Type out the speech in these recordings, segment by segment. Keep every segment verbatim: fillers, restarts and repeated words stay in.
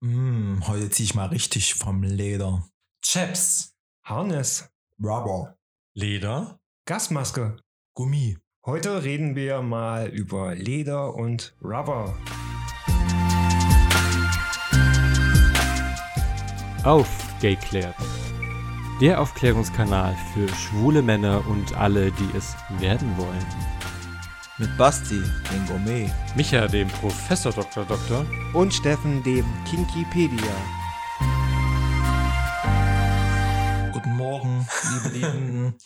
Mm, heute ziehe ich mal richtig vom Leder. Chaps. Harness. Rubber. Leder. Gasmaske. Gummi. Heute reden wir mal über Leder und Rubber. Aufgeklärt. Der Aufklärungskanal für schwule Männer und alle, die es werden wollen. Mit Basti, den Gourmet. Micha, dem Professor Doktor Doktor. Und Steffen, dem Kinkipedia. Guten Morgen, liebe Lieben.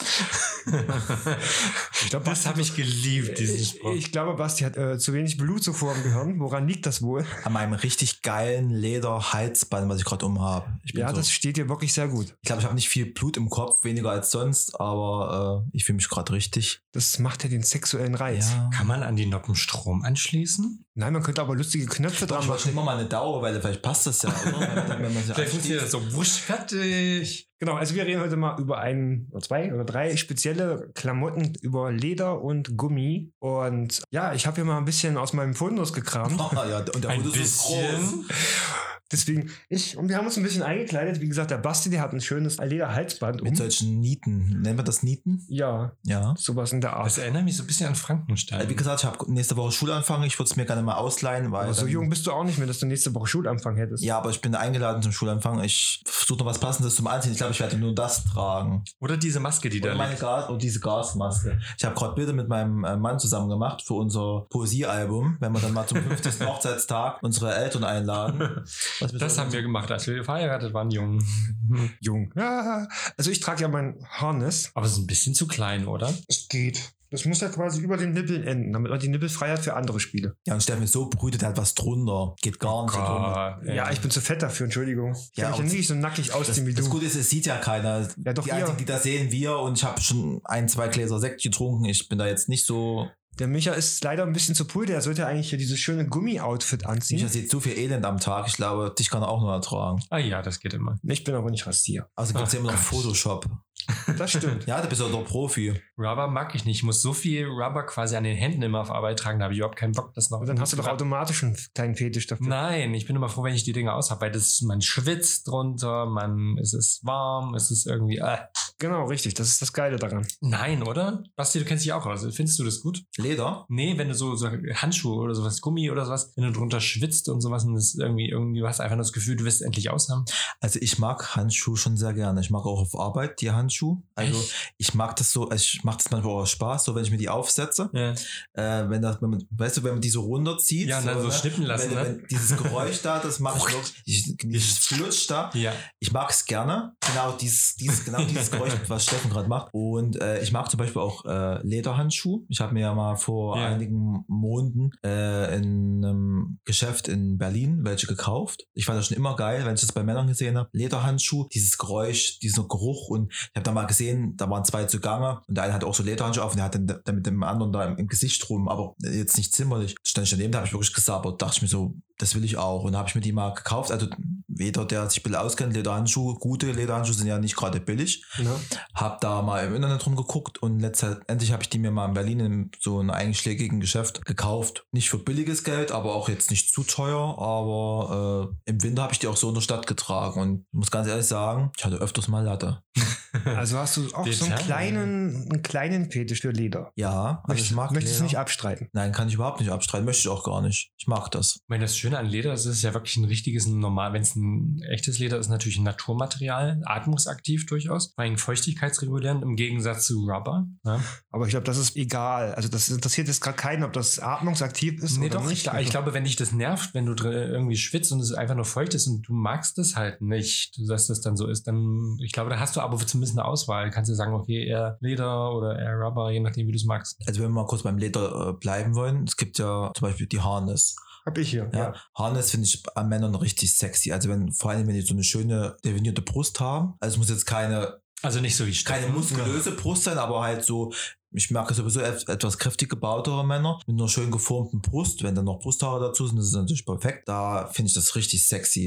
Ich glaube, das habe ich geliebt, diesen Spruch. Ich, ich glaube, Basti hat äh, zu wenig Blutzufuhr im Gehirn. Woran liegt das wohl? An meinem richtig geilen Leder-Halsband, was ich gerade umhabe. Ja, so, das steht dir wirklich sehr gut. Ich glaube, ich habe nicht viel Blut im Kopf, weniger als sonst, aber äh, ich fühle mich gerade richtig. Das macht ja den sexuellen Reiz. Ja. Kann man an die Noppen Strom anschließen? Nein, man könnte aber lustige Knöpfe dran Ich wollte machen. immer mal eine Dauerwelle, vielleicht passt das ja. Oder? Wenn, wenn man sie Vielleicht funktioniert das so wusch, fertig. Genau, also wir reden heute mal über ein oder zwei oder drei spezielle Klamotten über Leder und Gummi. Und ja, ich habe hier mal ein bisschen aus meinem Fundus gekramt. Oh, ja, und der Ein Fundus ist groß. bisschen. Deswegen, ich, und wir haben uns ein bisschen eingekleidet. Wie gesagt, der Basti, der hat ein schönes Lederhalsband um. Mit solchen Nieten. Nennen wir das Nieten? Ja, Ja. sowas in der Art. Das erinnert mich so ein bisschen an Frankenstein. Wie gesagt, ich habe nächste Woche Schulanfang. Ich würde es mir gerne mal ausleihen, weil. Aber so dann, jung bist du auch nicht mehr, dass du nächste Woche Schulanfang hättest. Ja, aber ich bin eingeladen zum Schulanfang. Ich versuche noch was Passendes zum Anziehen. Ich glaube, ich werde nur das tragen. Oder diese Maske, die da Oder meine liegt. Gas oder diese Gasmaske. Ich habe gerade Bilder mit meinem äh, Mann zusammen gemacht für unser Poesiealbum, wenn wir dann mal zum fünfzigsten Hochzeitstag unsere Eltern einladen. Was wir Das so- haben wir gemacht, als wir verheiratet waren, jung. Jung. Ja, also ich trage ja mein Harness. Aber es ist ein bisschen zu klein, oder? Es geht. Das muss ja quasi über den Nippeln enden, damit man die Nippel frei hat für andere Spiele. Ja, und Steffen ist so brütet, der hat was drunter. Geht gar nicht so drunter. Gott, Ja, ich bin zu fett dafür, Entschuldigung. Ich Ja, kann mich ja und nicht so nackig Das, ausziehen wie das du. Gute ist, es sieht ja keiner. Ja, doch die ihr. einzigen, die das sehen, wir. Und ich habe schon ein, zwei Gläser Sekt getrunken. Ich bin da jetzt nicht so. Der Micha ist leider ein bisschen zu cool. Der sollte eigentlich hier dieses schöne Gummi-Outfit anziehen. Ich sehe zu viel Elend am Tag. Ich glaube, dich kann er auch nur ertragen. Ah ja, das geht immer. Ich bin aber nicht Rasier. Also gibt es ja immer noch Gott. Photoshop. Das stimmt. Ja, du bist ja doch Profi. Rubber mag ich nicht. Ich muss so viel Rubber quasi an den Händen immer auf Arbeit tragen. Da habe ich überhaupt keinen Bock, das noch. Und dann hast du doch automatisch einen kleinen Fetisch dafür. Nein, ich bin immer froh, wenn ich die Dinger aus habe, weil das, man schwitzt drunter, man, es ist warm, es ist irgendwie. Äh. Genau, richtig. Das ist das Geile daran. Nein, oder? Basti, du kennst dich auch aus. Findest du das gut? Leder? Nee, wenn du so, so Handschuhe oder sowas, Gummi oder sowas, wenn du drunter schwitzt und sowas und das irgendwie, irgendwie, du hast einfach nur das Gefühl, du wirst es endlich aushaben. Also ich mag Handschuhe schon sehr gerne. Ich mag auch auf Arbeit die Handschuhe. Also Echt? ich mag das so, ich mache das manchmal auch aus Spaß, so wenn ich mir die aufsetze. Ja. Äh, wenn das, wenn man, weißt du, wenn man die so runterzieht. Ja, und dann so ne? schnippen lassen, wenn, ne? wenn dieses Geräusch da, das mache ich wirklich. Ich, dieses Flutsch da. Ja. Ich mag es gerne. Genau dieses, dieses, genau dieses Geräusch, was Steffen gerade macht. Und äh, ich mag zum Beispiel auch äh, Lederhandschuhe. Ich habe mir ja mal vor Ja. einigen Monaten äh, in einem Geschäft in Berlin welche gekauft. Ich fand das schon immer geil, wenn ich das bei Männern gesehen habe. Lederhandschuhe, dieses Geräusch, dieser Geruch. Und ich habe da mal gesehen, da waren zwei zugange und der eine hat auch so Lederhandschuhe auf und der hat dann, dann mit dem anderen da im, im Gesicht rum, aber jetzt nicht zimmerlich. Stand ich daneben, da habe ich wirklich gesabbert. Dachte ich mir so, das will ich auch. Und da habe ich mir die mal gekauft. Also jeder, der sich ein bisschen auskennt, Lederhandschuhe, gute Lederhandschuhe sind ja nicht gerade billig. Ja. Hab da mal im Internet rumgeguckt und letztendlich habe ich die mir mal in Berlin in so einem einschlägigen Geschäft gekauft. Nicht für billiges Geld, aber auch jetzt nicht zu teuer. Aber äh, im Winter habe ich die auch so in der Stadt getragen und ich muss ganz ehrlich sagen, ich hatte öfters mal Latte. Also hast du auch so einen Detail. kleinen, einen kleinen Fetisch für Leder. Ja, also Möchtest, ich mag möchtest du Leder. nicht abstreiten? Nein, kann ich überhaupt nicht abstreiten. Möchte ich auch gar nicht. Ich mag das. Ich meine, das Schöne an Leder ist, es ist ja wirklich ein richtiges, ein normal, wenn es ein echtes Leder ist, natürlich ein Naturmaterial, atmungsaktiv durchaus, vor allem feuchtigkeitsregulierend im Gegensatz zu Rubber. Ja. Aber ich glaube, das ist egal. Also das interessiert jetzt gerade keinen, ob das atmungsaktiv ist Nee, oder doch, nicht. ich, ich glaube, wenn dich das nervt, wenn du drin irgendwie schwitzt und es einfach nur feucht ist und du magst es halt nicht, dass das dann so ist, dann, ich glaube, da hast du aber zumindest eine Auswahl. Kannst du sagen, okay, eher Leder oder eher Rubber, je nachdem, wie du es magst. Also wenn wir mal kurz beim Leder äh, bleiben wollen, es gibt ja zum Beispiel die Harness. Hab ich hier. Ja, Ja. Harness finde ich an Männern richtig sexy. Also wenn, vor allem wenn die so eine schöne definierte Brust haben. Also es muss jetzt keine, Also nicht so wie keine Steffen. muskulöse Brust sein, aber halt so, ich merke sowieso et- etwas kräftig gebautere Männer mit einer schön geformten Brust. Wenn dann noch Brusthaare dazu sind, das ist natürlich perfekt. Da finde ich das richtig sexy.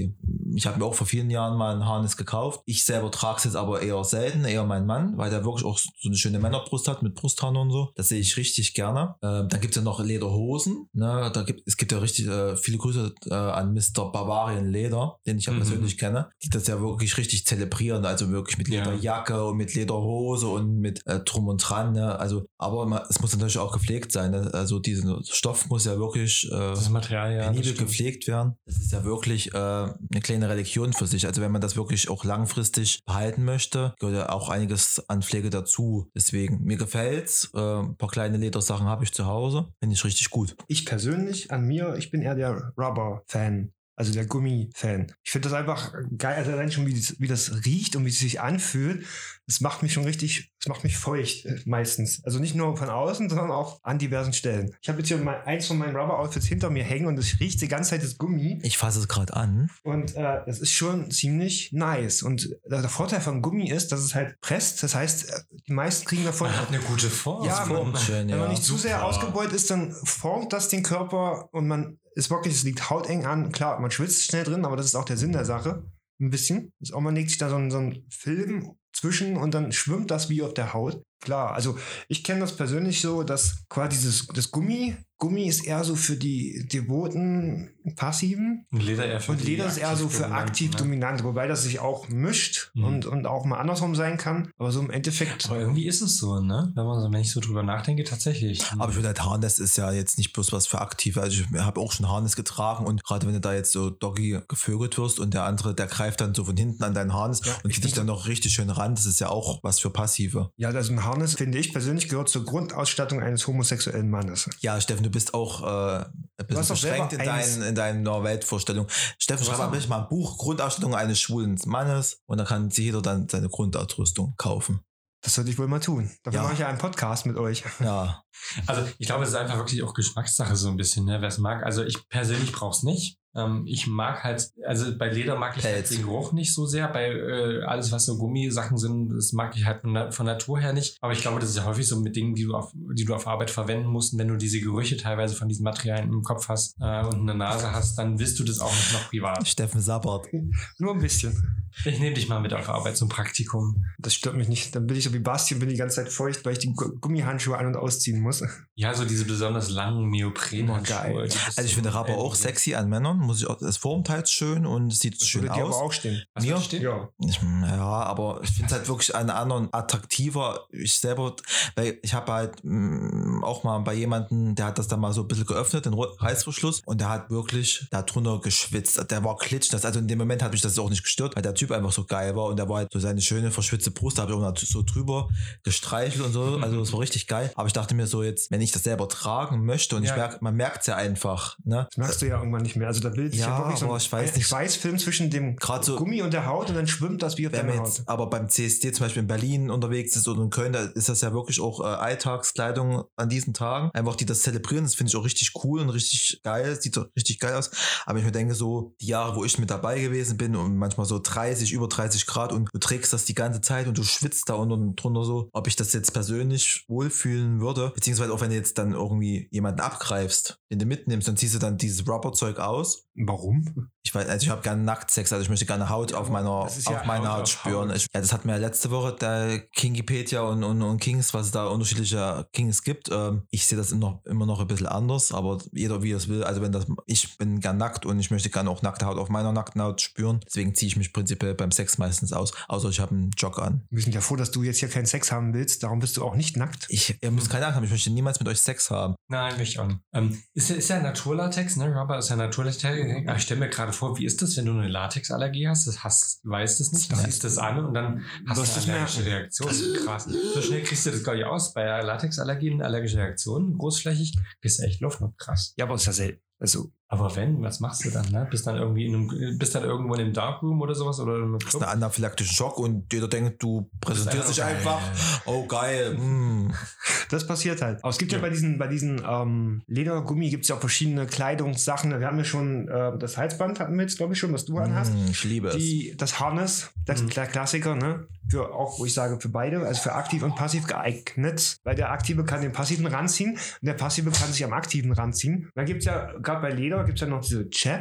ich habe mir auch vor vielen Jahren mal ein Harness gekauft. Ich selber trage es jetzt aber eher selten, eher mein Mann, weil der wirklich auch so eine schöne Männerbrust hat mit Brustharn und so. Das sehe ich richtig gerne. Ähm, dann gibt es ja noch Lederhosen. Ne? Da gibt, es gibt ja richtig äh, viele Grüße äh, an Mister Bavarian Leder, den ich ja mhm. persönlich kenne, die das ja wirklich richtig zelebrieren. Also wirklich mit Lederjacke ja. und mit Lederhose und mit äh, Drum und Dran. Ne? Also, aber man, es muss natürlich auch gepflegt sein. Ne? Also dieser Stoff muss ja wirklich äh, das Material, ja, penibel gepflegt werden. Das ist ja wirklich äh, eine kleine Religion für sich. Also wenn man das wirklich auch langfristig behalten möchte, gehört ja auch einiges an Pflege dazu. Deswegen, mir gefällt's. Äh, ein paar kleine Ledersachen habe ich zu Hause. Finde ich richtig gut. Ich persönlich, an mir, ich bin eher der Rubber-Fan. Also der Gummi-Fan. Ich finde das einfach geil, also allein schon, wie das, wie das riecht und wie es sich anfühlt. Das macht mich schon richtig, das macht mich feucht äh, meistens. Also nicht nur von außen, sondern auch an diversen Stellen. Ich habe jetzt hier mal eins von meinen Rubber-Outfits hinter mir hängen und es riecht die ganze Zeit das Gummi. Ich fasse es gerade an. Und äh, das ist schon ziemlich nice. Und der Vorteil von Gummi ist, dass es halt presst. Das heißt, die meisten kriegen davon... Man hat eine gute Form. Ja, man, schön, ja. Wenn man nicht Super. zu sehr ausgebeult ist, dann formt das den Körper und man ist wirklich, es liegt hauteng an. Klar, man schwitzt schnell drin, aber das ist auch der Sinn der Sache. Ein bisschen. Das auch, man legt sich da so einen, so einen Film zwischen und dann schwimmt das wie auf der Haut. Klar, also ich kenne das persönlich so, dass quasi dieses, das Gummi, Gummi ist eher so für die devoten Passiven und Leder eher für und Leder ist eher so für aktiv dominant, wobei das sich auch mischt mhm. und, und auch mal andersrum sein kann, aber so im Endeffekt... Aber irgendwie ist es so, ne? Wenn, man so, wenn ich so drüber nachdenke, tatsächlich. Aber ich finde halt, Harness ist ja jetzt nicht bloß was für Aktive, also ich habe auch schon Harness getragen und gerade wenn du da jetzt so Doggy gevögelt wirst und der andere, der greift dann so von hinten an deinen Harness ja, und zieht dich dann noch richtig schön ran, das ist ja auch was für Passive. Ja, also ein Harness, finde ich persönlich, gehört zur Grundausstattung eines homosexuellen Mannes. Ja, Steffen, du bist auch äh, ein bisschen beschränkt in, dein, in deiner Weltvorstellung. Steffen, schreib mal, mal ein Buch, Grundausstattung eines schwulen Mannes und dann kann sich jeder dann seine Grundausrüstung kaufen. Das sollte ich wohl mal tun. Dafür ja. mache ich ja einen Podcast mit euch. Ja. Also ich glaube, es ist einfach wirklich auch Geschmackssache so ein bisschen, ne? Wer es mag. Also ich persönlich brauche es nicht. Ähm, ich mag halt, also bei Leder mag ich halt den Geruch nicht so sehr. Bei äh, alles, was so Gummisachen sind, das mag ich halt von Natur her nicht. Aber ich glaube, das ist ja häufig so mit Dingen, die du auf, die du auf Arbeit verwenden musst. Und wenn du diese Gerüche teilweise von diesen Materialien im Kopf hast äh, und eine Nase hast, dann willst du das auch nicht noch privat. Steffen sabbert. Nur ein bisschen. Ich nehme dich mal mit auf Arbeit zum Praktikum. Das stört mich nicht. Dann bin ich so wie Basti und bin die ganze Zeit feucht, weil ich die Gummihandschuhe an- und ausziehen muss. Ja, so diese besonders langen Neoprenhandschuhe. Also ich finde Rubber auch sexy an Männern. Muss ich auch, es formt halt schön und es sieht das schön würde aus. Dir aber auch stehen. Was Mir? stehen? Ja. Ich, ja, aber ich finde es halt wirklich einen anderen attraktiver. Ich selber, weil ich habe halt mh, auch mal bei jemandem, der hat das dann mal so ein bisschen geöffnet, den Reißverschluss, und der hat wirklich da drunter geschwitzt. Der war klitschnass. Das, also in dem Moment hat mich das auch nicht gestört, weil der Typ einfach so geil war und der war halt so seine schöne verschwitzte Brust, da habe ich auch mal so drüber gestreichelt und so. Also es war richtig geil. Aber ich dachte mir so jetzt, wenn ich das selber tragen möchte und ja. ich merke, man merkt es ja einfach. Ne? Das merkst du ja irgendwann nicht mehr. Also da bildet sich ja, ja wirklich so ein ich weiß nicht. Schweißfilm zwischen dem so, Gummi und der Haut und dann schwimmt das wie auf deiner Haut. Aber beim C S D zum Beispiel in Berlin unterwegs ist oder in Köln, da ist das ja wirklich auch äh, Alltagskleidung an diesen Tagen. Einfach die das zelebrieren, das finde ich auch richtig cool und richtig geil. Sieht doch richtig geil aus. Aber ich mir denke so, die Jahre, wo ich mit dabei gewesen bin und manchmal so dreißig, über dreißig Grad und du trägst das die ganze Zeit und du schwitzt da unten und drunter so, ob ich das jetzt persönlich wohlfühlen würde. Beziehungsweise auch wenn du jetzt dann irgendwie jemanden abgreifst, den du mitnimmst, dann ziehst du dann dieses Rubberzeug aus. Warum? Ich weiß, also ich habe gerne Nacktsex, also ich möchte gerne Haut auf meiner, auf ja meiner Haut, Haut spüren. Haut. Ich, ja, das hat mir ja letzte Woche der Kinkipedia und, und, und Kings, was es da unterschiedliche Kings gibt. Ähm, ich sehe das immer, immer noch ein bisschen anders, aber jeder wie er es will. Also wenn das, ich bin gern nackt und ich möchte gerne auch nackte Haut auf meiner nackten Haut spüren. Deswegen ziehe ich mich prinzipiell beim Sex meistens aus, außer ich habe einen Jog an. Wir sind ja froh, dass du jetzt hier keinen Sex haben willst, darum bist du auch nicht nackt. Ich, ihr müsst keine Angst haben, ich möchte niemals mit euch Sex haben. Nein, möchte ich auch nicht. Ähm, ist, ist ja Naturlatex, ne? Rubber ist ja Naturlatex. Aber ich stelle mir gerade vor, wie ist das, wenn du eine Latexallergie hast? Das hast, du weißt es nicht, du ja. siehst das an und dann hast du eine allergische Reaktion. Das ist krass. So schnell kriegst du das gar nicht aus. Bei Latexallergien eine allergische Reaktion, großflächig, kriegst du echt Luft noch krass. Ja, aber ist ja selten. Also, aber wenn, was machst du dann? Ne? Bist dann irgendwie in einem, bist dann irgendwo in einem Darkroom oder sowas oder in einem Club? Das ist ein anaphylaktischer Schock und jeder denkt, du präsentierst dich einfach. Oh geil. Mm. Das passiert halt. Aber es gibt ja, ja bei diesen, bei diesen ähm, Ledergummi gibt es ja auch verschiedene Kleidungssachen. Wir haben ja schon äh, das Halsband hatten wir jetzt, glaube ich, schon, was du mm, anhast. Ich liebe Die, es. Das Harness, das ist der Klassiker, ne? Für auch, wo ich sage, für beide, also für aktiv und passiv geeignet, weil der Aktive kann den Passiven ranziehen und der Passive kann sich am Aktiven ranziehen. Dann gibt es ja, gerade bei Leder, gibt es ja noch diese Chaps.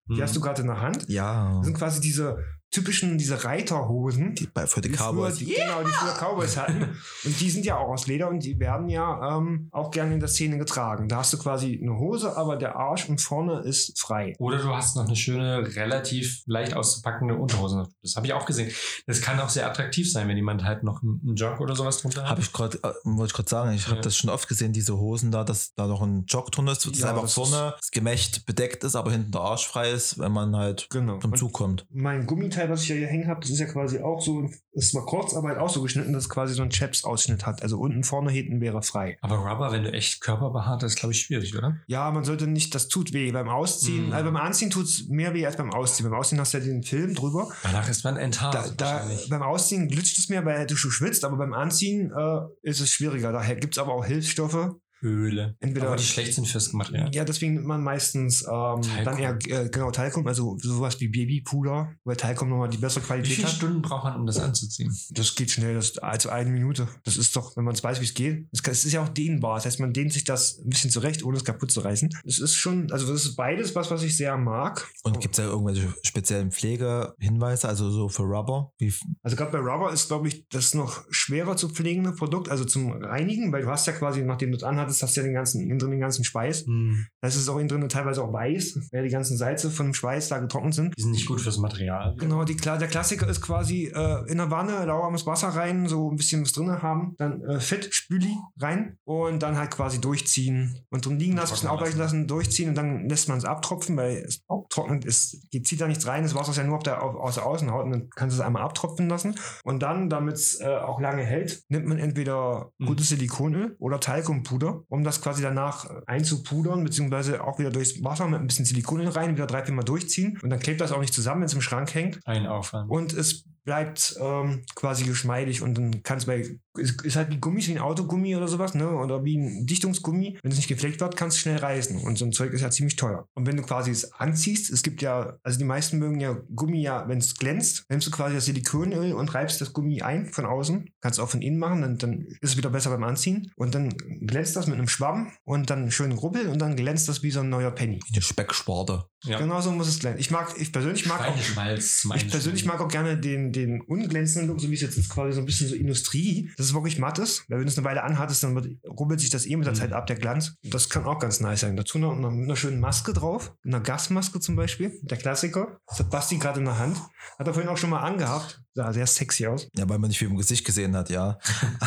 Die hast du gerade in der Hand. Ja. Das sind quasi diese typischen, diese Reiterhosen. Die bei, für die, die Cowboys. Früher, die, Genau, die früher Cowboys hatten. Und die sind ja auch aus Leder und die werden ja ähm, auch gerne in der Szene getragen. Da hast du quasi eine Hose, aber der Arsch und vorne ist frei. Oder du hast noch eine schöne, relativ leicht auszupackende Unterhose. Das habe ich auch gesehen. Das kann auch sehr attraktiv sein, wenn jemand halt noch einen Jog oder sowas drunter hat. Habe ich gerade, äh, wollte ich gerade sagen, ich habe Ja. das schon oft gesehen, diese Hosen da, dass da noch ein Jog drunter ist, dass Ja, einfach das vorne das Gemächt bedeckt ist, aber hinten der Arsch frei ist, wenn man halt Genau. zum Und Zug kommt. mein Gummiteil, was ich ja hier hängen habe, das ist ja quasi auch so, ist zwar kurz, aber halt auch so geschnitten, dass es quasi so einen Chaps-Ausschnitt hat. Also unten, vorne, hinten wäre frei. Aber Rubber, wenn du echt körperbehaart ist, glaube ich, schwierig, oder? Ja, man sollte nicht, das tut weh. Beim Ausziehen, Mhm. also beim Anziehen tut es mehr weh als beim Ausziehen. Beim Ausziehen hast du ja den Film drüber. Danach ist man enthaart. Da, da, beim Ausziehen glitscht es mehr, weil du schon schwitzt, aber beim Anziehen äh, ist es schwieriger. Daher gibt es aber auch Hilfsstoffe. Öle. Entweder, Aber die schlecht sind fürs Material. Ja, deswegen nimmt man meistens ähm, dann eher äh, genau Talcum, also sowas wie Babypuder, weil Talcum nochmal die bessere Wie Qualität viele hat. Stunden braucht man, um das anzuziehen? Das geht schnell, das also eine Minute. Das ist doch, wenn man es weiß, wie es geht. Es ist ja auch dehnbar. Das heißt, man dehnt sich das ein bisschen zurecht, ohne es kaputt zu reißen. Es ist schon, also das ist beides was, was ich sehr mag. Und gibt es ja irgendwelche speziellen Pflegehinweise, also so für Rubber? Wie, Also gerade bei Rubber ist, glaube ich, das noch schwerer zu pflegende Produkt, also zum Reinigen, weil du hast ja quasi, nachdem du es anhattest, hast du ja den ganzen, innen drin den ganzen Schweiß. Hm. Das ist auch innen drin teilweise auch weiß, weil die ganzen Salze von dem Schweiß da getrocknet sind. Die sind nicht gut fürs Material. Genau, die, Kla- der Klassiker ist quasi äh, in der Wanne lauwarmes Wasser rein, so ein bisschen was drin haben, dann äh, Fettspüli rein und dann halt quasi durchziehen und drin liegen lassen, ein bisschen aufweichen lassen, durchziehen und dann lässt man es abtropfen, weil es trocknet ist, zieht da nichts rein, das Wasser ist ja nur auf der, auf, aus der Außenhaut und dann kannst du es einmal abtropfen lassen und dann, damit es äh, auch lange hält, nimmt man entweder Mhm. gutes Silikonöl oder Talkumpuder, um das quasi danach einzupudern, beziehungsweise auch wieder durchs Wasser mit ein bisschen Silikonöl rein, wieder drei, vier Mal durchziehen und dann klebt das auch nicht zusammen, wenn es im Schrank hängt. Ein Aufwand. Und es bleibt ähm, quasi geschmeidig und dann kann es bei, ist, ist halt wie Gummis, wie ein Autogummi oder sowas, ne? Oder wie ein Dichtungsgummi. Wenn es nicht gepflegt wird, kann es schnell reißen. Und so ein Zeug ist ja ziemlich teuer. Und wenn du quasi es anziehst, es gibt ja, also die meisten mögen ja Gummi ja, wenn es glänzt, nimmst du quasi das Silikonöl und reibst das Gummi ein von außen. Kannst du auch von innen machen, dann, dann ist es wieder besser beim Anziehen. Und dann glänzt das mit einem Schwamm und dann schön ruppel und dann glänzt das wie so ein neuer Penny. wie eine Specksparte. Ja. Genau so muss es glänzen. Ich mag, ich persönlich mag auch, Schweineschmalz zum ich persönlich mag auch gerne den, den unglänzenden Look, so wie es jetzt ist, quasi so ein bisschen so Industrie. Das ist wirklich mattes. Weil wenn du es eine Weile anhattest, dann wird, rubbelt sich das eh mit der Mhm. Zeit ab, der Glanz. Das kann auch ganz nice sein. Dazu noch, noch mit einer schönen Maske drauf. Einer Gasmaske zum Beispiel. Der Klassiker. Das hat Basti gerade in der Hand. Hat er vorhin auch schon mal angehabt. Sah sehr sexy aus. Ja, weil man nicht viel im Gesicht gesehen hat, ja.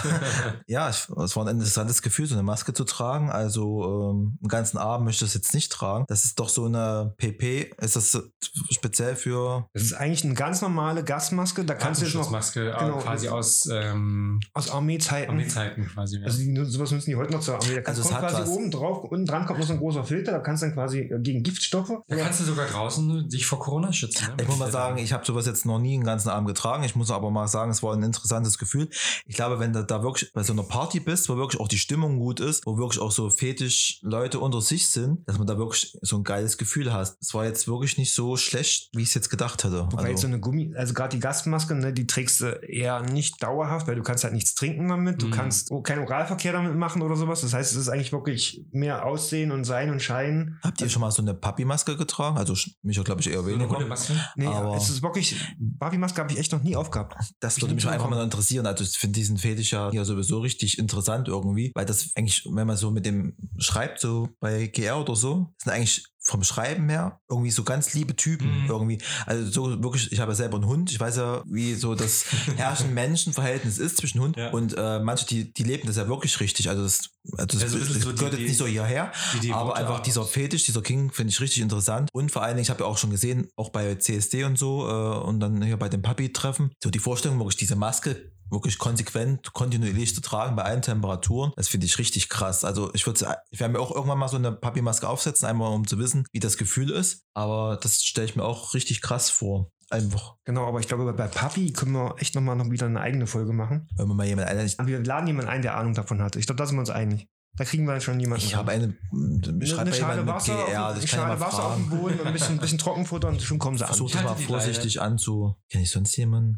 Ja, ich- es war ein interessantes Gefühl, so eine Maske zu tragen. Also ähm, den ganzen Abend möchte ich das jetzt nicht tragen. Das ist doch so eine P P. Ist das so speziell für... Das ist eigentlich eine ganz normale Gasmaske. Da kannst du jetzt noch Maske genau. quasi aus ähm, aus Armeezeiten. Armeezeiten quasi. Ja. Also die, sowas nutzen die heute noch zur Armee. Da Also also es kommt hat quasi was. oben drauf, unten dran kommt noch so ein großer Filter. Da kannst du dann quasi äh, gegen Giftstoffe. da kannst du sogar draußen dich vor Corona schützen. Ne? Ich muss mal sagen, ich habe sowas jetzt noch nie den ganzen Abend getragen. Ich muss aber mal sagen, es war ein interessantes Gefühl. Ich glaube, wenn du da wirklich bei so einer Party bist, wo wirklich auch die Stimmung gut ist, wo wirklich auch so Fetisch-Leute unter sich sind, dass man da wirklich so ein geiles Gefühl hat. Es war jetzt wirklich nicht so schlecht, wie ich es jetzt gedacht hatte. Wobei jetzt so Also, eine Gummi, also gerade die Gasmaske, ne, die trägst du eher nicht dauerhaft, weil du kannst halt nichts trinken damit, du Mhm. kannst oh, keinen Oralverkehr damit machen oder sowas. Das heißt, es ist eigentlich wirklich mehr Aussehen und Sein und Scheinen. habt ihr schon mal so eine Papi-Maske getragen? Also mich glaube ich eher so eine weniger. runde Maske. Nee, Aber- es ist wirklich, Barbie-Maske habe ich echt noch nie aufgehabt. Das würde mich einfach mal interessieren. Also ich finde diesen Fetisch ja hier sowieso richtig interessant irgendwie, weil das eigentlich, wenn man so mit dem schreibt, so bei G R oder so, sind eigentlich vom Schreiben her irgendwie so ganz liebe Typen Mhm. irgendwie. Also so wirklich, ich habe ja selber einen Hund. Ich weiß ja, wie so das Herrschen-Menschen-Verhältnis ist zwischen Hund Ja. und äh, manche, die, die leben das ja wirklich richtig. Also das, also das, Also ein bisschen das so die- gehört jetzt die- nicht so hierher, Die, die aber rote einfach Art. dieser Fetisch, dieser King finde ich richtig interessant. Und vor allen Dingen, ich habe ja auch schon gesehen, auch bei C S D und so äh, und dann hier bei dem Papi-Treffen, so die Vorstellung, wirklich diese Maske wirklich konsequent, kontinuierlich zu tragen bei allen Temperaturen, das finde ich richtig krass. Also ich würde, ich werde mir auch irgendwann mal so eine Papi-Maske aufsetzen, einmal um zu wissen, wie das Gefühl ist. Aber das stelle ich mir auch richtig krass vor. Einfach, Genau, aber ich glaube, bei Papi können wir echt nochmal noch wieder eine eigene Folge machen. wenn man mal jemanden einlädt. Und wir laden jemanden ein, der Ahnung davon hat. Ich glaube, da sind wir uns einig. Da kriegen wir schon jemanden. Ich habe eine, ich schreibe eine bei Schale jemandem mit Wasser, G R, auf, das eine kann ich Schale mal Wasser auf dem fragen. Boden und ein bisschen, bisschen Trockenfutter und schon kommen sie an. Versuch Ich das halte mal die vorsichtig anzu. Kenne ich sonst jemanden?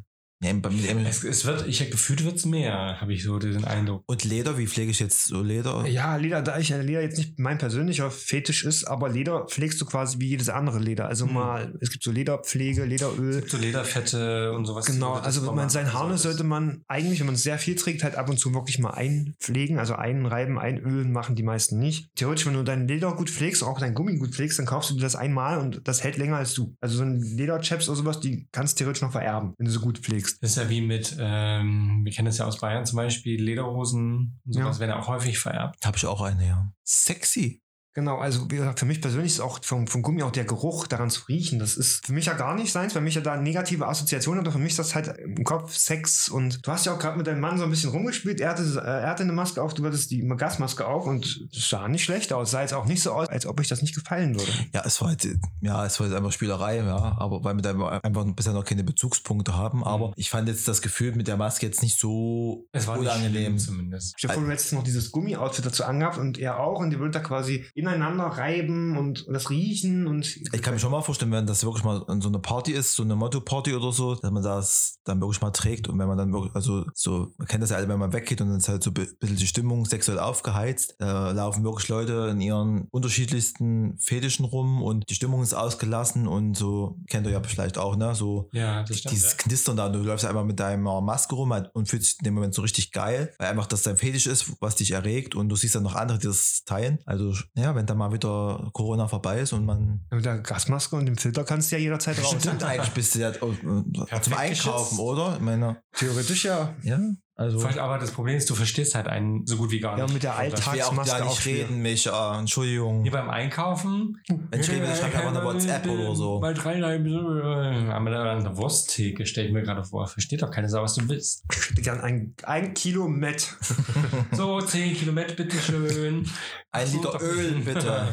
Ja, bei mir, Es, es wird, ich gefühlt wird es mehr, habe ich so den Eindruck. und Leder, wie pflege ich jetzt so Leder? Ja, Leder, da ich Leder jetzt nicht mein persönlicher Fetisch ist, aber Leder pflegst du quasi wie jedes andere Leder. Also Hm. mal, es gibt so Lederpflege, Lederöl. So Lederfette und sowas. Genau, das also man man, machen sein Harness sollte. sollte man eigentlich, wenn man es sehr viel trägt, halt ab und zu wirklich mal einpflegen, also einreiben, einölen, machen die meisten nicht. Theoretisch, wenn du dein Leder gut pflegst, auch dein Gummi gut pflegst, dann kaufst du dir das einmal und das hält länger als du. Also so ein Lederchaps oder sowas, die kannst du theoretisch noch vererben, wenn du so gut pflegst. Das ist ja wie mit, ähm, wir kennen das ja aus Bayern zum Beispiel, Lederhosen und sowas Ja. werden auch häufig vererbt. Habe ich auch eine, ja. Sexy. Genau, also wie gesagt, für mich persönlich ist auch vom, vom Gummi auch der Geruch daran zu riechen. Das ist für mich ja gar nicht seins, weil mich ja da negative Assoziationen hat. Aber für mich ist das halt im Kopf Sex. Und du hast ja auch gerade mit deinem Mann so ein bisschen rumgespielt. Er hatte, äh, er hatte eine Maske auf, du hattest die Gasmaske auf und es sah nicht schlecht aus. Sah jetzt auch nicht so aus, als ob euch das nicht gefallen würde. Ja, es war halt, ja, es war jetzt einfach Spielerei, ja, aber weil wir da einfach bisher noch keine Bezugspunkte haben. Aber Mhm. ich fand jetzt das Gefühl mit der Maske jetzt nicht so Es war unangenehm. nicht schlimm zumindest. Stell dir vor, du hättest noch dieses Gummi-Outfit dazu angehabt und er auch und die würde da quasi ineinander reiben und das riechen und Ich kann mir schon mal vorstellen, wenn das wirklich mal so eine Party ist, so eine Motto-Party oder so, dass man das dann wirklich mal trägt und wenn man dann wirklich, also so, man kennt das ja alle, wenn man weggeht und dann ist halt so ein bisschen die Stimmung sexuell aufgeheizt, da laufen wirklich Leute in ihren unterschiedlichsten Fetischen rum und die Stimmung ist ausgelassen und so, kennt ihr ja vielleicht auch, ne, so Ja, das stimmt. dieses Knistern da, und du läufst einfach mit deiner Maske rum und fühlst dich in dem Moment so richtig geil, weil einfach das dein Fetisch ist, was dich erregt und du siehst dann noch andere, die das teilen. Also, ja, wenn da mal wieder Corona vorbei ist und man mit der Gasmaske und dem Filter kannst du ja jederzeit raus. stimmt eigentlich bist du ja oh, äh, zum Einkaufen, geschützt. oder? Ich meine, Theoretisch ja. ja, also Aber das Problem ist, du verstehst halt einen so gut wie gar Ja, nicht. mit der Und das- ich will auch Alltagsmaske da auch nicht schwierig. reden, Micha, Entschuldigung. Hier beim Einkaufen. Wenn ich rede, dann schreibe ich einfach eine WhatsApp oder so. Bei dreieinhalb haben wir da eine Wursttheke, stell ich mir gerade vor. Versteht doch keine Sau, was du willst. Ich hätte gern ein, ein Kilo Met. So, zehn Kilometer, bitteschön. Ein So, Liter doch. Öl, bitte.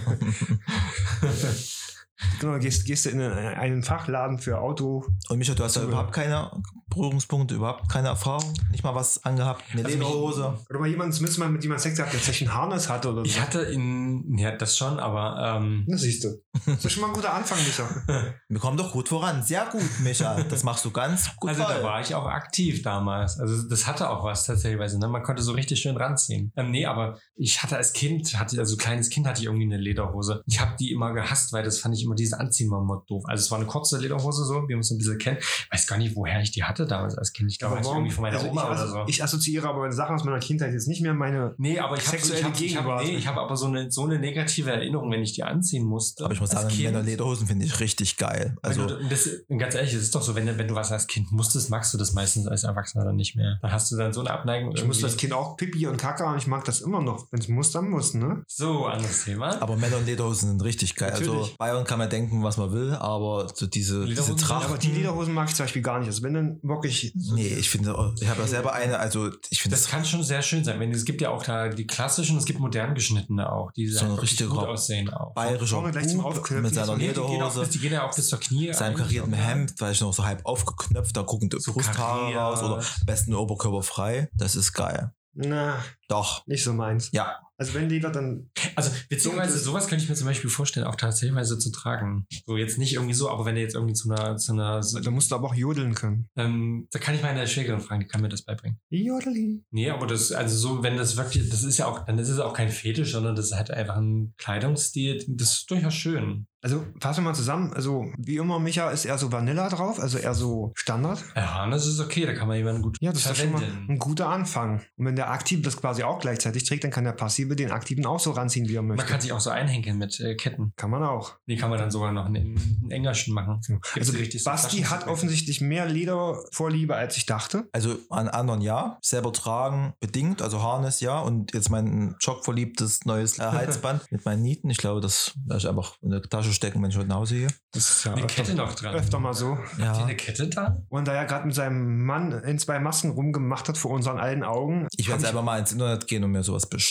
Genau, gehst, gehst du in einen, einen Fachladen für Auto. Und Micha, du hast da So, überhaupt keine Berührungspunkte, überhaupt keine Erfahrung? Nicht mal was angehabt? Eine Also mich- Lederhose? Oder mal jemanden, zumindest mal mit jemandem Sex gehabt, der tatsächlich ein Harness hatte oder so. Ich hatte in, ja, das schon, aber ähm, Das siehst du. Das ist schon mal ein guter Anfang, Micha. Wir kommen doch gut voran. Sehr gut, Micha. Das machst du ganz gut. also da toll. war ich auch aktiv damals. Also das hatte auch was tatsächlich. Ne? Man konnte so richtig schön ranziehen. Ähm, nee, aber ich hatte als Kind, hatte also kleines Kind hatte ich irgendwie eine Lederhose. Ich habe die immer gehasst, weil das fand ich immer dieses Anziehen war immer doof. Also es war eine kurze Lederhose so, wie man es so ein bisschen kennt. Ich weiß gar nicht, woher ich die hatte damals als Kind. Ich glaube, Aber ich irgendwie von meiner also Oma ich, oder also so. ich assoziiere aber meine Sachen aus meiner Kindheit jetzt nicht mehr meine. Nee, aber ich habe Sexuelle ich hab, ich hab, Gegenwart. nee, ich hab aber so eine, so eine negative Erinnerung, wenn ich die anziehen musste. Aber ich muss als sagen, Kind. Männer-Lederhosen finde ich richtig geil. Also, Also, wenn du, das, ganz ehrlich, es ist doch so, wenn, du- wenn du was als Kind musstest, magst du das meistens als Erwachsener dann nicht mehr. Dann hast du dann so eine Abneigung. Ich musste irgendwie. als Kind auch Pipi und Kacke und ich mag das immer noch. Wenn es muss, dann muss, ne? So, anderes Thema. aber Männer- und Lederhosen sind richtig geil. Also, Natürlich. Bayern kann man denken, was man will, aber so diese, diese Lederhosen sind Ja, aber Trachten. die Lederhosen mag ich zum Beispiel gar nicht. Also wenn dann wirklich. Nee, ich finde, ich habe ja selber eine, also ich finde Das das, kann schon sehr schön sein. Wenn, es gibt ja auch da die klassischen, es gibt modern geschnittene auch, die So ein einfach richtiger gut aussehen auch. bayerischer Vorne gleich zum Bub Aufknöpfen, mit seiner so- Nee, die, gehen auch Lederhose, bis, die gehen ja auch bis zur Knie. seinem eigentlich karierten auch, ja. Hemd, vielleicht noch so halb aufgeknöpft, da gucken die So Brusthaare kariert. raus oder am besten Oberkörper frei. Das ist geil. Na, Doch, nicht so meins. ja. Also wenn Leder, dann. Also beziehungsweise Dunkel. sowas könnte ich mir zum Beispiel vorstellen, auch tatsächlich zu tragen. So jetzt nicht irgendwie so, aber wenn du jetzt irgendwie zu einer, zu einer so, Da musst du aber auch jodeln können. ähm, da kann ich meine Schwägerin fragen, die kann mir das beibringen. Jodeli. Nee, aber das, also so, wenn das wirklich, das ist ja auch, dann ist es auch kein Fetisch, sondern das ist halt einfach ein Kleidungsstil, das ist durchaus schön. Also fassen wir mal zusammen. Also wie immer, Micha ist eher so Vanilla drauf, also eher so Standard. Ja, das ist okay, da kann man jemanden gut Ja, das ist doch schon mal verwenden. ein guter Anfang. Und wenn der Aktive das quasi auch gleichzeitig trägt, dann kann der Passive den Aktiven auch so ranziehen, wie er möchte. Man kann sich auch so einhängen mit äh, Ketten. Kann man auch. Die kann man dann sogar noch in einen Engerschen machen. Gibt's Also richtig so Basti Taschen- hat offensichtlich mehr Ledervorliebe, als ich dachte. Also an anderen ja, selber tragen bedingt, also Harness ja und jetzt mein schockverliebtes neues äh, Halsband mit meinen Nieten. Ich glaube, das werde ich einfach in der Tasche stecken, wenn ich heute nach Hause gehe. Das ist ja Eine öfter, Kette noch dran. öfter mal so. Habt ihr Ja, eine Kette da? Und da er gerade mit seinem Mann in zwei Masken rumgemacht hat vor unseren allen Augen, ich werde hab selber mal ins Internet gehen und mir sowas bestellen. Habe ich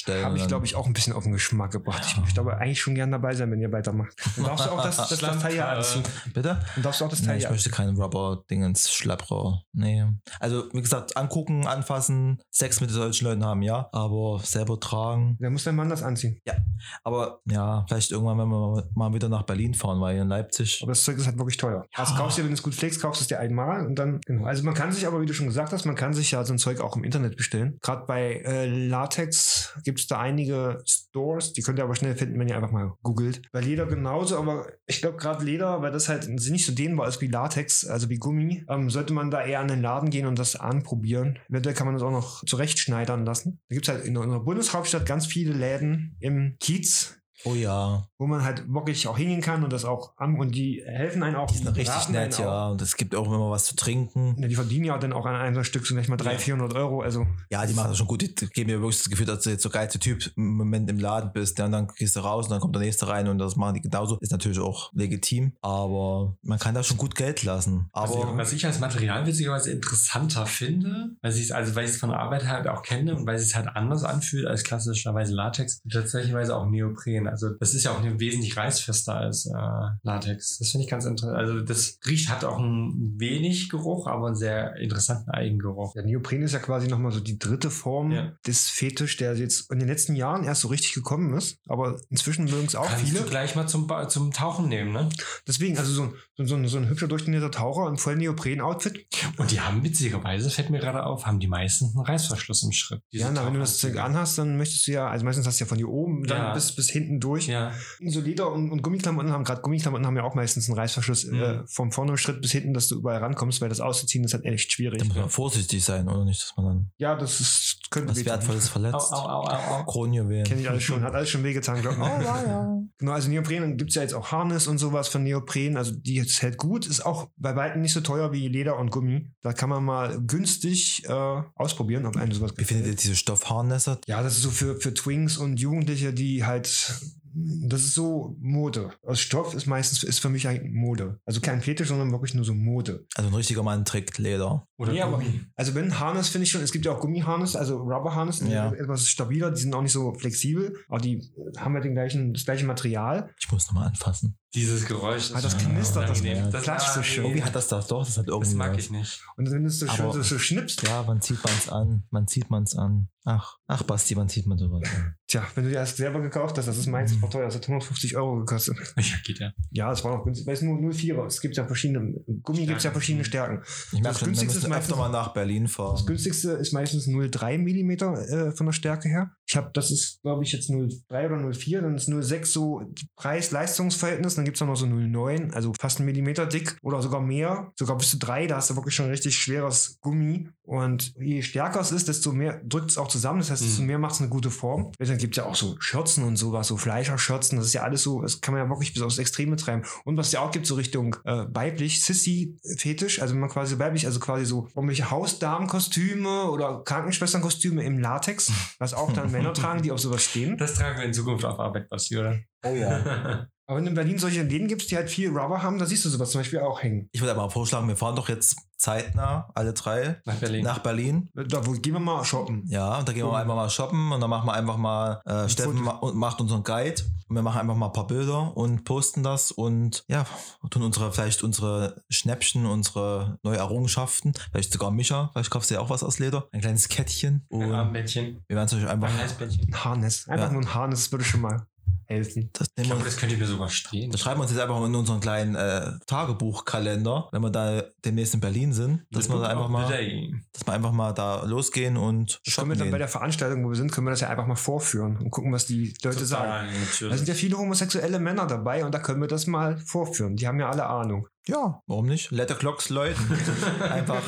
glaube ich, auch ein bisschen auf den Geschmack gebracht. Ich möchte aber eigentlich schon gern dabei sein, wenn ihr weitermacht. Dann darfst du auch das, das, das Teil ja anziehen. Bitte? Dann darfst du auch das Teil Nee, ich ja möchte keine Rubber-Dingens, Schlapper. Nee. Also, wie gesagt, angucken, anfassen, Sex mit solchen Leuten haben, ja. Aber selber tragen. Dann muss dein Mann das anziehen. Aber ja, vielleicht irgendwann, wenn wir mal wieder nach Berlin fahren, weil hier in Leipzig. Aber das Zeug ist halt wirklich teuer. Ja. Das kaufst du, wenn du es gut pflegst, kaufst du es dir einmal und dann, genau. Also man kann sich aber, wie du schon gesagt hast, man kann sich ja so ein Zeug auch im Internet bestellen. Gerade bei äh, Latex gibt es da einige Stores, die könnt ihr aber schnell finden, wenn ihr einfach mal googelt. Bei Leder genauso, aber ich glaube gerade Leder, weil das halt nicht so dehnbar ist wie Latex, also wie Gummi, ähm, sollte man da eher an den Laden gehen und das anprobieren. Eventuell kann man das auch noch zurechtschneidern lassen. Da gibt es halt in unserer Bundeshauptstadt ganz viele Läden im Kiez, Oh ja. wo man halt wirklich auch hingehen kann und das auch an und die helfen einem auch. Die sind richtig beraten nett, einen auch. ja. Und es gibt auch immer was zu trinken. Ja, die verdienen ja dann auch an einem Stück so gleich mal dreihundert, vierhundert Euro. Also Ja, die machen das schon gut. Die geben mir wirklich das Gefühl, dass du jetzt so geilste Typ im Moment im Laden bist. Ja, und dann gehst du raus und dann kommt der nächste rein und das machen die genauso. Ist natürlich auch legitim, aber man kann da schon gut Geld lassen. Aber Also, was ich als Material witzigerweise interessanter finde, weil ich es also weil ich es von der Arbeit halt auch kenne und weil es sich halt anders anfühlt als klassischerweise Latex, tatsächlich auch Neopren. Also das ist ja auch wesentlich reißfester als äh, Latex. Das finde ich ganz interessant. Also das riecht, hat auch einen wenig Geruch, aber einen sehr interessanten Eigengeruch. der Neopren ist ja quasi nochmal so die dritte Form Ja. des Fetisch, der jetzt in den letzten Jahren erst so richtig gekommen ist. Aber inzwischen mögen es auch Kannst viele. du gleich mal zum, Ba- zum Tauchen nehmen, ne? Deswegen, also so, so, so, ein, so ein hübscher durchtrainierter Taucher im vollen Neopren-Outfit. Und die haben witzigerweise, fällt mir gerade auf, haben die meisten einen Reißverschluss im Schritt. Diese Ja, na, wenn du das Zeug Tauchanzüge. anhast, dann möchtest du ja, also meistens hast du ja von hier oben dann Ja. bis, bis hinten durch. Ja. So Leder- und, und Gummiklamotten haben, gerade Gummiklamotten haben ja auch meistens einen Reißverschluss Mhm. äh, vom vorne Schritt bis hinten, dass du überall rankommst, weil das auszuziehen ist halt echt schwierig. da muss man vorsichtig sein, oder nicht, dass man dann Ja, das ist, könnte was Wertvolles verletzt. Au, au, au, au, au. Kronjuwelen. Kenne ich alles schon, hat alles schon wehgetan, glaube ich. Oh, ja, ja. Genau, also Neopren, gibt es ja jetzt auch Harness und sowas von Neopren, also die jetzt hält gut, ist auch bei weitem nicht so teuer wie Leder und Gummi. Da kann man mal günstig äh, ausprobieren, ob einem sowas Wie findet ihr gefällt. diese Stoffharnässe? Ja, das ist so für, für Twinks und Jugendliche, die halt, das ist so Mode. Aus Stoff ist meistens, ist für mich eigentlich Mode. Also kein Fetisch, sondern wirklich nur so Mode. Also ein richtiger Mann trägt Leder. Oder Nee, aber, Gummi. also wenn Harness finde ich schon, es gibt ja auch Gummiharness, also Rubberharness, die Ja. sind etwas stabiler, die sind auch nicht so flexibel, aber die haben ja den gleichen, das gleiche Material. Ich muss nochmal anfassen. Dieses Geräusch. Ah, das ist knistert, das- unangenehm. das klatscht so schön. Irgendwie hat das doch, doch, das hat irgendwie Das mag was. ich nicht. Und wenn du es so schön Aber- so, so schnippst, Ja, wann zieht man's an? Man zieht man's an. Ach, ach Basti, wann zieht man sowas an? tja, wenn du dir das selber gekauft hast, das ist meins, das war teuer, das hat hundertfufzig Euro gekostet. Ja, geht ja. Ja, das war noch günstig, weil es nur null Komma vierer, es gibt ja verschiedene, Gummi gibt es ja verschiedene Stärken. Ich merke Das schon, wir günstigste müssen ist öfter meistens- mal nach Berlin Das fahren. günstigste ist meistens null Komma drei Millimeter äh, von der Stärke her. Ich habe, das ist, glaube ich, jetzt null Komma drei oder null Komma vier, dann ist null Komma sechs so Preis-Leistungs-Verhältnis, dann gibt es noch so null Komma neun, also fast einen Millimeter dick oder sogar mehr, sogar bis zu drei, da hast du wirklich schon richtig schweres Gummi. Und je stärker es ist, desto mehr drückt es auch zusammen, das heißt, desto Mhm. mehr macht es eine gute Form. Dann gibt es ja auch so Schürzen und sowas, so Fleischerschürzen, das ist ja alles so, das kann man ja wirklich bis aufs Extreme treiben. Und was es ja auch gibt, so Richtung äh, weiblich, Sissy-Fetisch, also wenn man quasi weiblich, also quasi so irgendwelche Hausdamenkostüme oder Krankenschwesternkostüme im Latex, was auch dann Männer tragen, die auf sowas stehen. Das tragen wir in Zukunft auf Arbeit, Basti, oder? Oh ja. Aber wenn du in Berlin solche Läden gibst, die halt viel Rubber haben, da siehst du sowas zum Beispiel auch hängen. Ich würde aber vorschlagen, wir fahren doch jetzt zeitnah, alle drei, Nach Berlin. nach Berlin. Da wo, gehen wir mal shoppen. Ja, und da gehen wir Oh. einfach mal shoppen und dann machen wir einfach mal, äh, Steffen Foto. ma und macht unseren Guide und wir machen einfach mal ein paar Bilder und posten das und ja, tun unsere, vielleicht unsere Schnäppchen, unsere neue Errungenschaften, vielleicht sogar Micha, vielleicht kaufst du ja auch was aus Leder, ein kleines Kettchen und Ein Armbändchen. wir werden es euch einfach, Ein Halsbändchen. Ein Harness. Einfach Ja. nur ein Harness, das würde schon mal helfen. das Ich nehmen glaube, wir, das könnte ich mir sogar stehen. das schreiben wir uns jetzt einfach in unseren kleinen äh, Tagebuchkalender, wenn wir da demnächst in Berlin sind, dass wir da einfach mal, dass wir einfach mal da losgehen und Das können shoppen wir dann bei gehen. der Veranstaltung, wo wir sind, können wir das ja einfach mal vorführen und gucken, was die Leute sagen. Da sind Natürlich. ja viele homosexuelle Männer dabei und da können wir das mal vorführen. Die haben ja alle Ahnung. Ja, warum nicht? Letterclocks läuten. Einfach.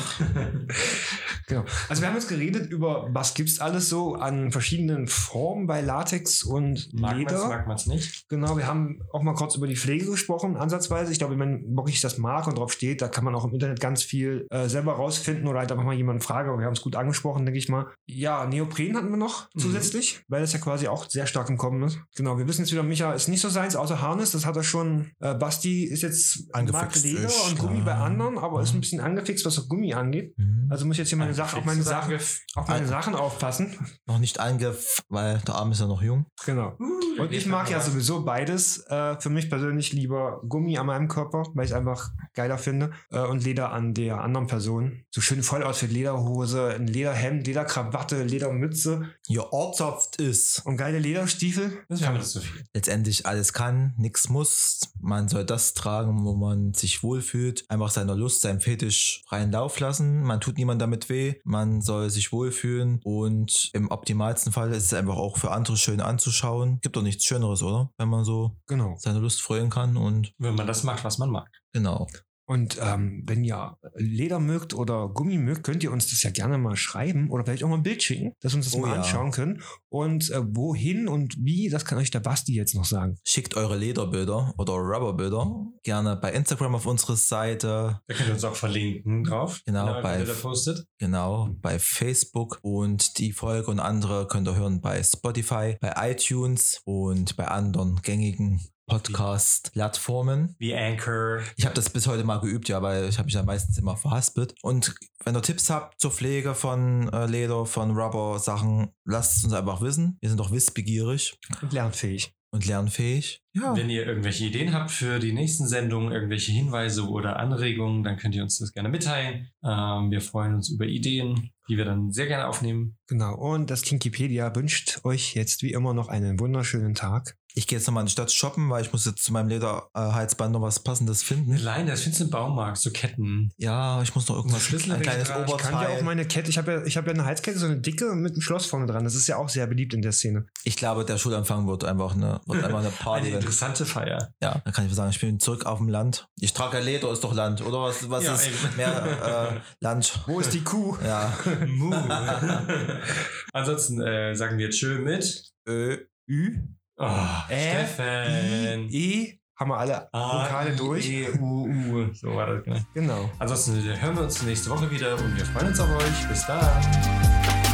Genau. Also wir haben jetzt geredet über, was gibt's alles so an verschiedenen Formen bei Latex und Mag man's, Leder. mag man's nicht. Genau, wir haben auch mal kurz über die Pflege gesprochen, ansatzweise. Ich glaube, wenn man wirklich das mag und drauf steht, da kann man auch im Internet ganz viel äh, selber rausfinden oder halt einfach mal jemanden fragen. Aber wir haben es gut angesprochen, denke ich mal. Ja, Neopren hatten wir noch Mhm. zusätzlich, weil das ja quasi auch sehr stark im Kommen ist. Genau, wir wissen jetzt wieder, Micha ist nicht so seins, außer Harness. Das hat er schon. Äh, Basti ist jetzt Angefixt. Leder Ich, und Gummi ja. bei anderen, aber Ja. ist ein bisschen angefixt, was auch Gummi angeht. Mhm. Also muss ich jetzt hier meine Sachen, auf meine Sachen, Angef- auf meine Ein- Sachen aufpassen. Noch nicht angef, weil der Arm ist ja noch jung. Genau. Und ich mag ja sowieso beides. Äh, für mich persönlich lieber Gummi an meinem Körper, weil ich es einfach geiler finde. Äh, und Leder an der anderen Person. So schön voll aus für Lederhose, ein Lederhemd, Lederkrawatte, Ledermütze Ihr Ortsapft ist. und geile Lederstiefel. Das wäre mir das zu viel. Letztendlich alles kann, nichts muss. Man soll das tragen, wo man sich wohlfühlt. Einfach seiner Lust, seinem Fetisch freien Lauf lassen. Man tut niemandem damit weh. Man soll sich wohlfühlen. Und im optimalsten Fall ist es einfach auch für andere schön anzuschauen. Gibt doch nichts Schöneres, oder? Wenn man so Genau. seine Lust freuen kann und Wenn man das macht, was man mag. genau. Und ähm, wenn ihr Leder mögt oder Gummi mögt, könnt ihr uns das ja gerne mal schreiben oder vielleicht auch mal ein Bild schicken, dass wir uns das Oh mal ja. anschauen können. Und äh, wohin und wie, das kann euch der Basti jetzt noch sagen. Schickt eure Lederbilder oder Rubberbilder gerne bei Instagram auf unsere Seite. Da könnt ihr uns auch verlinken drauf. Genau, wenn ihr bei- Bilder postet. Genau, bei Facebook und die Folge und andere könnt ihr hören bei Spotify, bei iTunes und bei anderen gängigen Podcast-Plattformen. Wie Anchor. Ich habe das bis heute mal geübt, ja, weil ich habe mich ja meistens immer verhaspelt. Und wenn ihr Tipps habt zur Pflege von äh, Leder, von Rubber-Sachen, lasst es uns einfach wissen. Wir sind doch wissbegierig Und lernfähig. und lernfähig. Ja, Wenn ihr irgendwelche Ideen habt für die nächsten Sendungen, irgendwelche Hinweise oder Anregungen, dann könnt ihr uns das gerne mitteilen. Ähm, wir freuen uns über Ideen, die wir dann sehr gerne aufnehmen. Genau. Und das Kinkipedia wünscht euch jetzt wie immer noch einen wunderschönen Tag. ich gehe jetzt nochmal in die Stadt shoppen, weil ich muss jetzt zu meinem Lederhalsband noch was Passendes finden. Allein, das findest du im Baumarkt, so Ketten. Ja, ich muss noch irgendwas, Schlüssel ein kleines dran. Ich Ich kann ja auch Oberteil. meine Kette, ich habe ja, ich habe ja eine Halskette, so eine dicke mit einem Schloss vorne dran. Das ist ja auch sehr beliebt in der Szene. Ich glaube, der Schulanfang wird einfach eine, wird einfach eine Party. Eine interessante Feier. Ja, da kann ich sagen, ich bin zurück auf dem Land. Ich trage ja Leder, ist doch Land, oder? Was, was Ja, ist eben. mehr äh, Land? Wo ist die Kuh? Ja. Mu. Ansonsten äh, sagen wir tschö mit Ö. Ü, oh, Ä, Steffen. I, E, haben wir alle Vokale durch. E, U, U. So war das, genau. Genau. Ansonsten hören wir uns nächste Woche wieder und wir freuen uns auf euch. Bis dann.